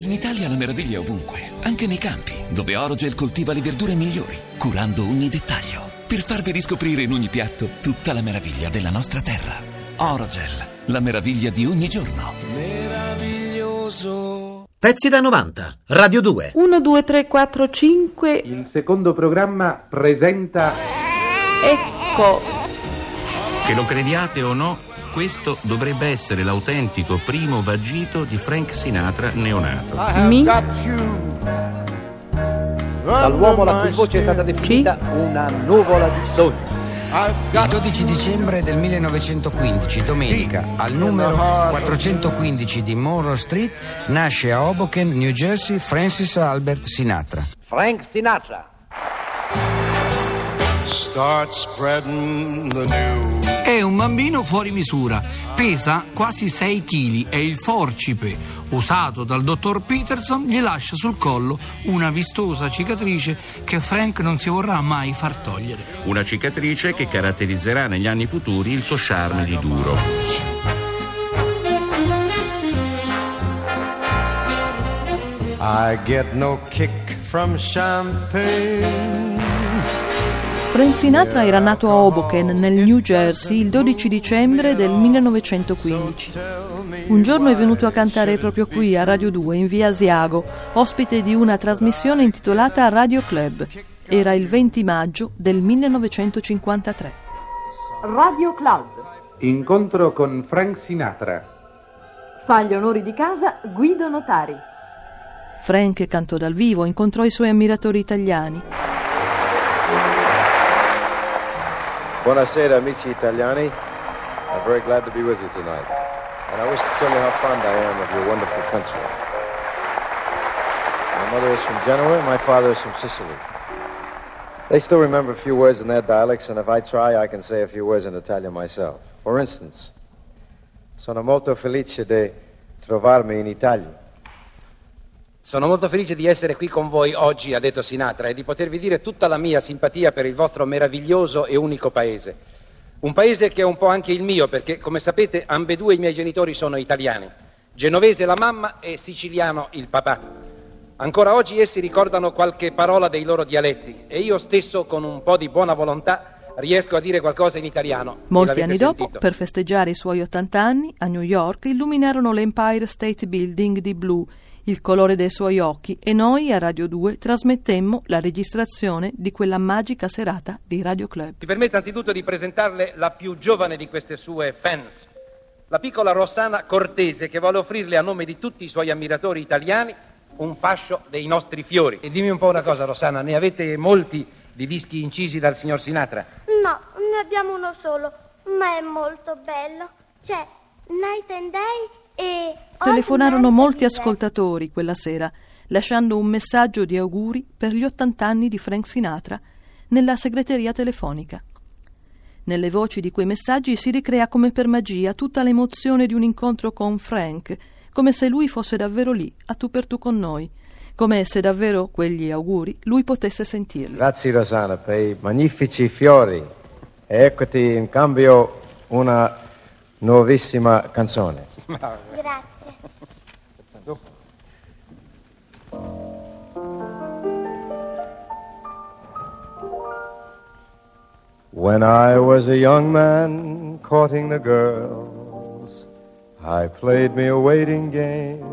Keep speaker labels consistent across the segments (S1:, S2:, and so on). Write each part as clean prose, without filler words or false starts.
S1: In Italia la meraviglia è ovunque, anche nei campi, dove Orogel coltiva le verdure migliori, curando ogni dettaglio, per farvi riscoprire in ogni piatto tutta la meraviglia della nostra terra. Orogel, la meraviglia di ogni giorno.
S2: Meraviglioso.
S3: Pezzi da 90, Radio 2.
S4: 1, 2, 3, 4, 5.
S5: Il secondo programma presenta...
S4: Ecco.
S6: Che lo crediate o no, questo dovrebbe essere l'autentico primo vagito di Frank Sinatra neonato.
S7: Dall'uomo la cui voce è stata definita una nuvola di sogno.
S2: Il 12 dicembre del 1915, domenica, al numero 415 di Monroe Street, nasce a Hoboken, New Jersey, Francis Albert Sinatra.
S7: Frank Sinatra.
S8: Start spreading the news.
S9: È un bambino fuori misura, pesa quasi 6 kg e il forcipe usato dal dottor Peterson gli lascia sul collo una vistosa cicatrice che Frank non si vorrà mai far togliere.
S6: Una cicatrice che caratterizzerà negli anni futuri il suo charme di duro.
S8: I get no kick from champagne.
S4: Frank Sinatra era nato a Hoboken, nel New Jersey, il 12 dicembre del 1915. Un giorno è venuto a cantare proprio qui, a Radio 2, in via Asiago, ospite di una trasmissione intitolata Radio Club. Era il 20 maggio del 1953.
S10: Radio Club.
S5: Incontro con Frank Sinatra.
S10: Fa gli onori di casa Guido Notari.
S4: Frank cantò dal vivo, incontrò i suoi ammiratori italiani.
S11: Buonasera amici italiani, I'm very glad to be with you tonight, and I wish to tell you how fond I am of your wonderful country. My mother is from Genoa, and my father is from Sicily. They still remember a few words in their dialects, and if I try, I can say a few words in Italian myself. For instance, sono molto felice di trovarmi in Italia.
S7: Sono molto felice di essere qui con voi oggi, ha detto Sinatra, e di potervi dire tutta la mia simpatia per il vostro meraviglioso e unico paese. Un paese che è un po' anche il mio, perché, come sapete, ambedue i miei genitori sono italiani. Genovese la mamma e siciliano il papà. Ancora oggi essi ricordano qualche parola dei loro dialetti, e io stesso, con un po' di buona volontà, riesco a dire qualcosa in italiano.
S4: Molti anni dopo, per festeggiare i suoi 80 anni, a New York illuminarono l'Empire State Building di blu, il colore dei suoi occhi, e noi a Radio 2 trasmettemmo la registrazione di quella magica serata di Radio Club.
S7: Mi permetta anzitutto di presentarle la più giovane di queste sue fans, la piccola Rossana Cortese, che vuole offrirle a nome di tutti i suoi ammiratori italiani un fascio dei nostri fiori. E dimmi un po' una cosa, Rossana, ne avete molti di dischi incisi dal signor Sinatra?
S12: No, ne abbiamo uno solo, ma è molto bello. C'è Night and Day e...
S4: Telefonarono molti ascoltatori quella sera, lasciando un messaggio di auguri per gli 80 anni di Frank Sinatra nella segreteria telefonica. Nelle voci di quei messaggi si ricrea come per magia tutta l'emozione di un incontro con Frank, come se lui fosse davvero lì, a tu per tu con noi, come se davvero quegli auguri lui potesse sentirli.
S11: Grazie Rossana per i magnifici fiori e eccoti in cambio una nuovissima canzone.
S12: Grazie.
S11: When I was a young man courting the girls, I played me a waiting game.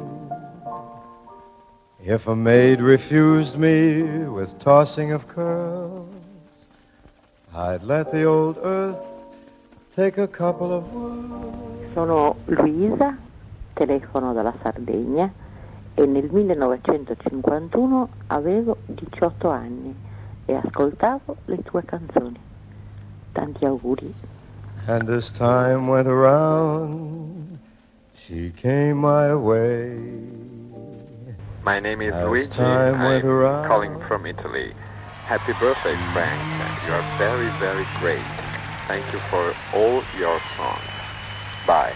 S11: If a maid refused me with tossing of curls, I'd let the old earth take a couple of whirls.
S13: Sono Luisa, telefono dalla Sardegna e nel 1951 avevo 18 anni e ascoltavo le tue canzoni. Tanti auguri.
S11: And as time went around, she came my way.
S14: My name is Luigi. I'm calling from Italy. Happy birthday, Frank. You are very, very great. Thank you for all your songs. Bye.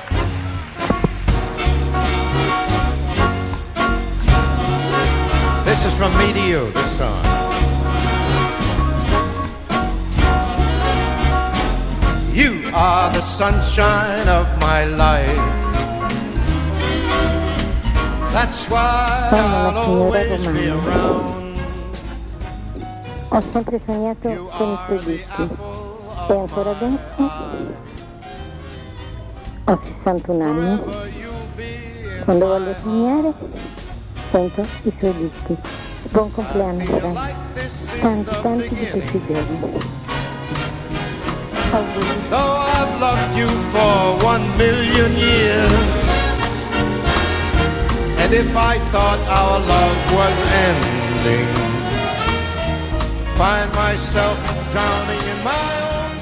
S8: This is from me to you, this song. You are the sunshine of my life. That's why I'll always be around.
S13: Ho sempre sognato con i suoi dischi e ancora adesso ho 61 anni. Quando voglio sognare sento i suoi dischi. Buon compleanno, Frank. Tanti di questi giorni.
S8: Though I've loved you for 1,000,000 years, and if I thought our love was ending, find myself drowning in my own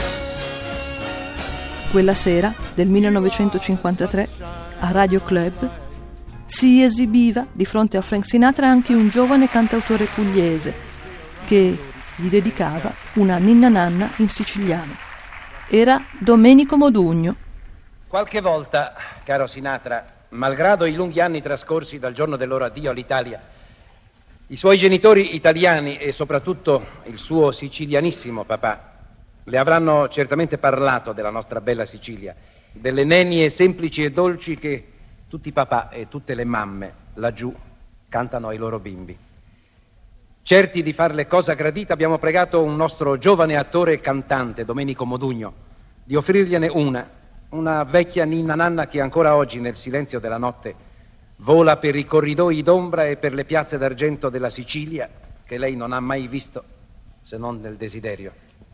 S8: tears.
S4: Quella sera del 1953 a Radio Club si esibiva di fronte a Frank Sinatra anche un giovane cantautore pugliese che gli dedicava una ninna nanna in siciliano. Era Domenico Modugno.
S7: Qualche volta, caro Sinatra, malgrado i lunghi anni trascorsi dal giorno del loro addio all'Italia, i suoi genitori italiani e soprattutto il suo sicilianissimo papà le avranno certamente parlato della nostra bella Sicilia, delle nenie semplici e dolci che tutti i papà e tutte le mamme laggiù cantano ai loro bimbi. Certi di farle cosa gradita, abbiamo pregato un nostro giovane attore e cantante, Domenico Modugno, di offrirgliene una vecchia ninna nanna che ancora oggi, nel silenzio della notte, vola per i corridoi d'ombra e per le piazze d'argento della Sicilia, che lei non ha mai visto se non nel desiderio.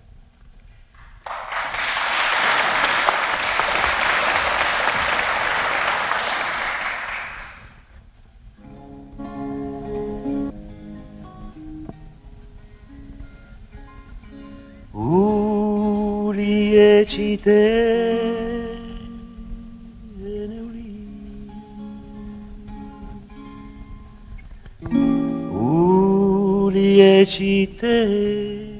S15: Liecite liecite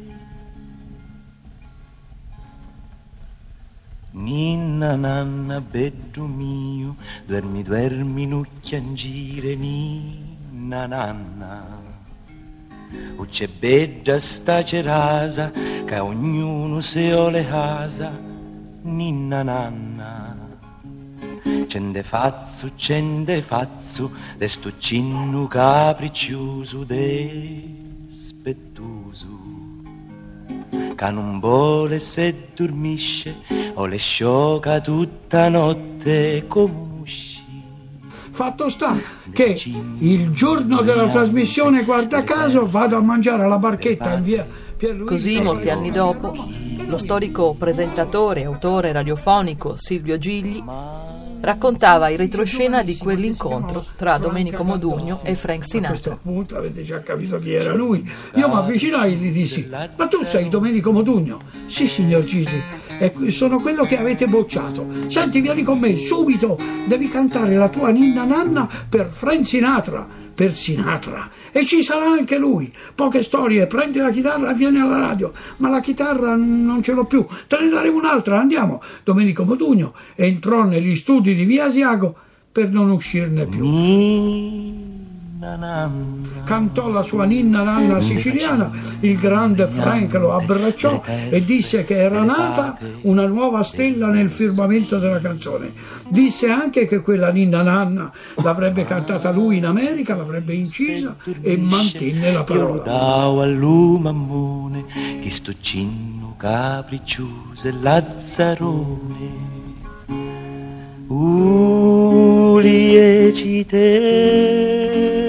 S15: ninna nanna beddu mio duermi nucchia in gire ninna nanna ucce bedda sta cerasa che ognuno se o le casa ninna nanna cende fazzu desto cinnu capriccioso despettoso che non vuole se dormisce o le sciocca tutta notte come
S9: Fatto sta che il giorno della trasmissione, guarda caso, vado a mangiare alla barchetta in via Pierluigi.
S4: Così, molti anni dopo, lo storico presentatore e autore radiofonico Silvio Gigli raccontava in retroscena di quell'incontro tra Domenico Modugno e Frank Sinatra.
S9: A questo punto avete già capito chi era lui. Io mi avvicinai e gli dissi: ma tu sei Domenico Modugno? Sì, signor Gigli, sono quello che avete bocciato. Senti, vieni con me subito, devi cantare la tua ninna nanna per Frank Sinatra, per Sinatra, e ci sarà anche lui. Poche storie, prendi la chitarra e vieni alla radio. Ma la chitarra non ce l'ho più, te ne daremo un'altra, andiamo. Domenico Modugno entrò negli studi di via Asiago per non uscirne più. Cantò la sua ninna nanna siciliana, il grande Frank lo abbracciò e disse che era nata una nuova stella nel firmamento della canzone. Disse anche che quella ninna nanna l'avrebbe cantata lui in America, l'avrebbe incisa e mantenne la parola.
S15: Davo all'umammone che sto cinno capriccioso e lazzarone liecite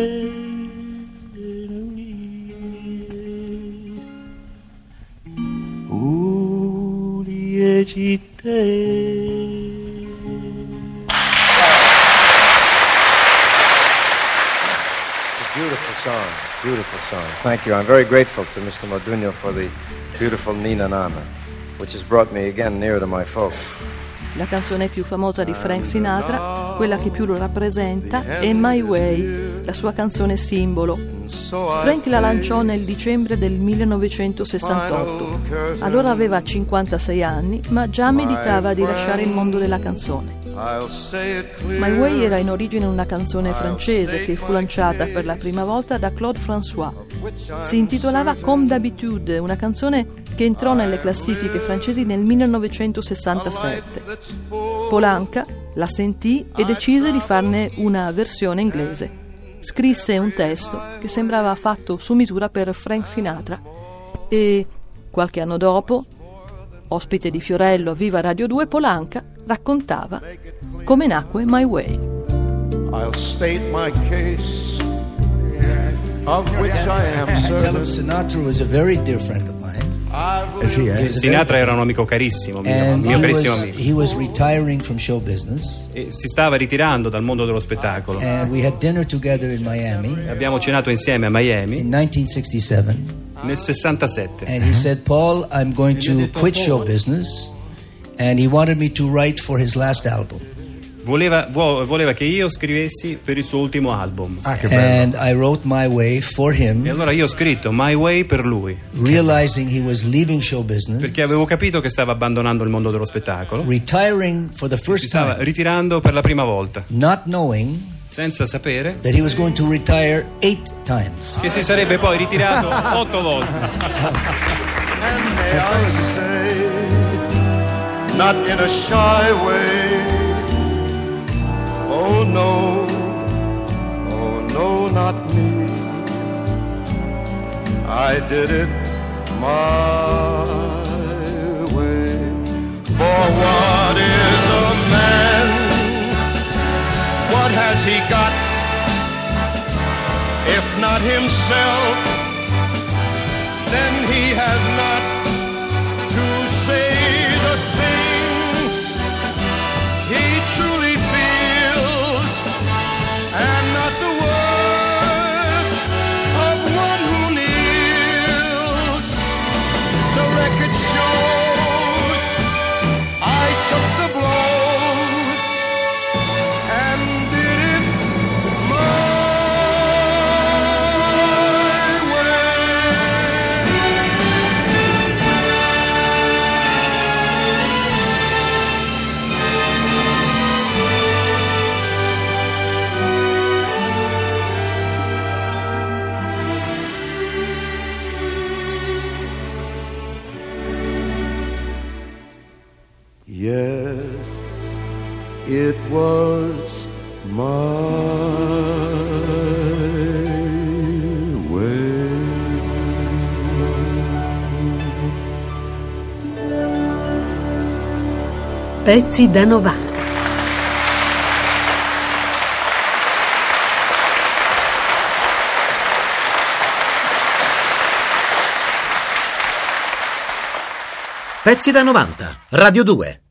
S11: Beautiful song. Thank you. I'm very grateful to Mr. Modugno for the beautiful Nina Nana, which has brought me again nearer to my folks.
S4: La canzone più famosa di Frank Sinatra, quella che più lo rappresenta, è My Way, la sua canzone simbolo. Frank la lanciò nel dicembre del 1968. Allora aveva 56 anni, ma già meditava di lasciare il mondo della canzone. My Way era in origine una canzone francese che fu lanciata per la prima volta da Claude François. Si intitolava Comme d'habitude, una canzone che entrò nelle classifiche francesi nel 1967. Polanca, La sentì e decise di farne una versione inglese. Scrisse un testo che sembrava fatto su misura per Frank Sinatra e qualche anno dopo, ospite di Fiorello a Viva Radio 2, Polanca raccontava come nacque My Way.
S8: I'll state my case, of which I am certain.
S16: Tell him Sinatra was a very dear friend of mine.
S17: Sinatra era un amico carissimo, mio carissimo amico.
S16: He was retiring from show business.
S17: E si stava ritirando dal mondo dello spettacolo.
S16: And we had dinner together in Miami.
S17: Abbiamo cenato insieme a Miami
S16: in 1967.
S17: Nel 67.
S16: And he said, Paul, I'm going to quit show business. And he wanted me to write for his last album.
S17: Voleva che io scrivessi per il suo ultimo album.
S16: Che bello. And I wrote My Way for him.
S17: E allora io ho scritto My Way per lui.
S16: Realizing he was leaving show business.
S17: Perché avevo capito che stava abbandonando il mondo dello spettacolo.
S16: Retiring for the first time.
S17: Stava ritirando per la prima volta.
S16: Not knowing
S17: senza sapere
S16: that he was going to retire 8 times.
S17: Che si sarebbe poi ritirato 8 volte.
S8: And may I say, not in a shy way, oh no, not me. I did it my way. For what is a man? What has he got? If not himself, then he has not to say the things he truly feels, and not the words of one who kneels. The record shows I took the blows and did it my Yes, it was my way.
S18: Pezzi da 90.
S3: Pezzi da 90, Radio 2.